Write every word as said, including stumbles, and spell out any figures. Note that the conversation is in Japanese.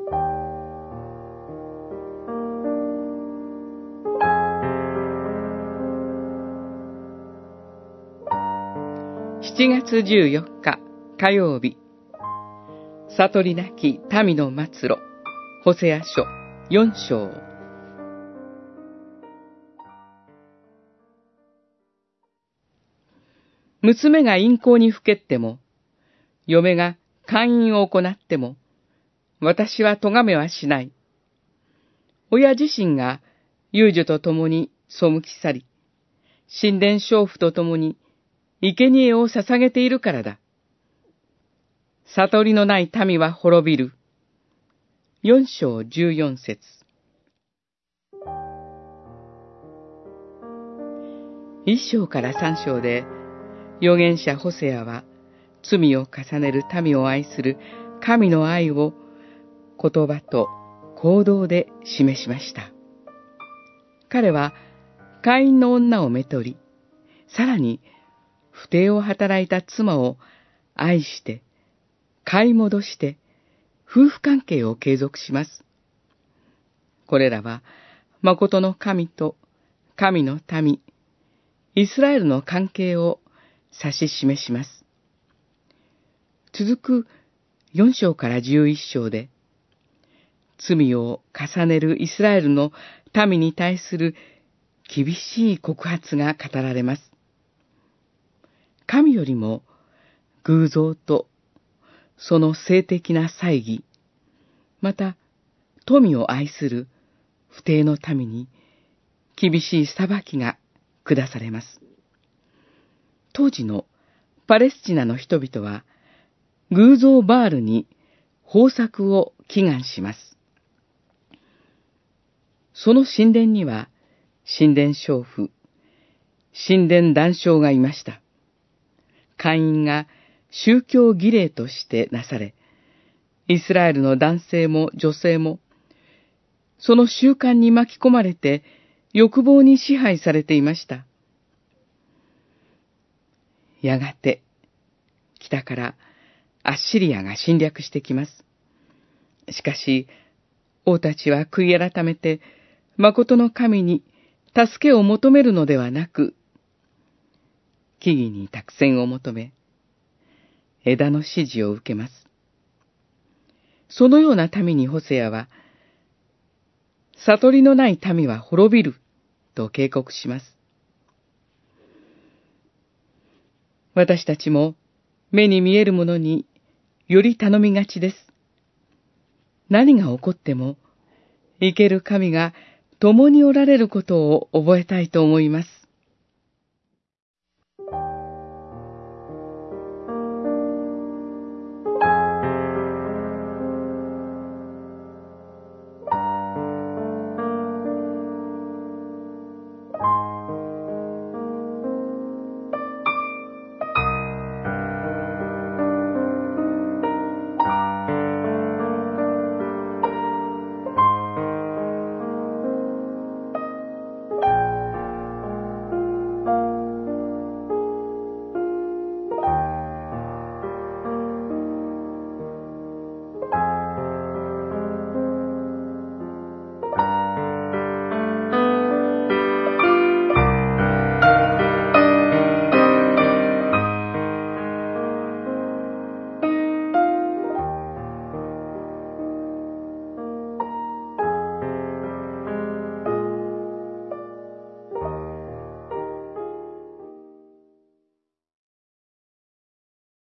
しちがつじゅうよっか火曜日、悟りなき民の末路、ホセア書よん章。娘が淫行にふけっても、嫁が姦淫を行っても、私は咎めはしない。親自身が遊女と共に背き去り、神殿娼婦と共に生贄を捧げているからだ。悟りのない民は滅びる。よん章じゅうよん節。いっ章からさん章で、預言者ホセアは、罪を重ねる民を愛する神の愛を言葉と行動で示しました。彼は、姦淫の女をめとり、さらに、不貞を働いた妻を愛して、買い戻して、夫婦関係を継続します。これらは、誠の神と神の民、イスラエルの関係を指し示します。続くよん章からじゅういっ章で、罪を重ねるイスラエルの民に対する厳しい告発が語られます。神よりも偶像とその性的な猜疑、また富を愛する不貞の民に厳しい裁きが下されます。当時のパレスチナの人々は偶像バールに豊作を祈願します。その神殿には神殿娼婦、神殿男娼がいました。姦淫が宗教儀礼としてなされ、イスラエルの男性も女性も、その習慣に巻き込まれて欲望に支配されていました。やがて、北からアッシリアが侵略してきます。しかし、王たちは悔い改めて、誠の神に助けを求めるのではなく、木々に託戦を求め、枝の指示を受けます。そのような民にホセアは、悟りのない民は滅びると警告します。私たちも目に見えるものにより頼みがちです。何が起こっても、生ける神が共におられることを覚えたいと思います。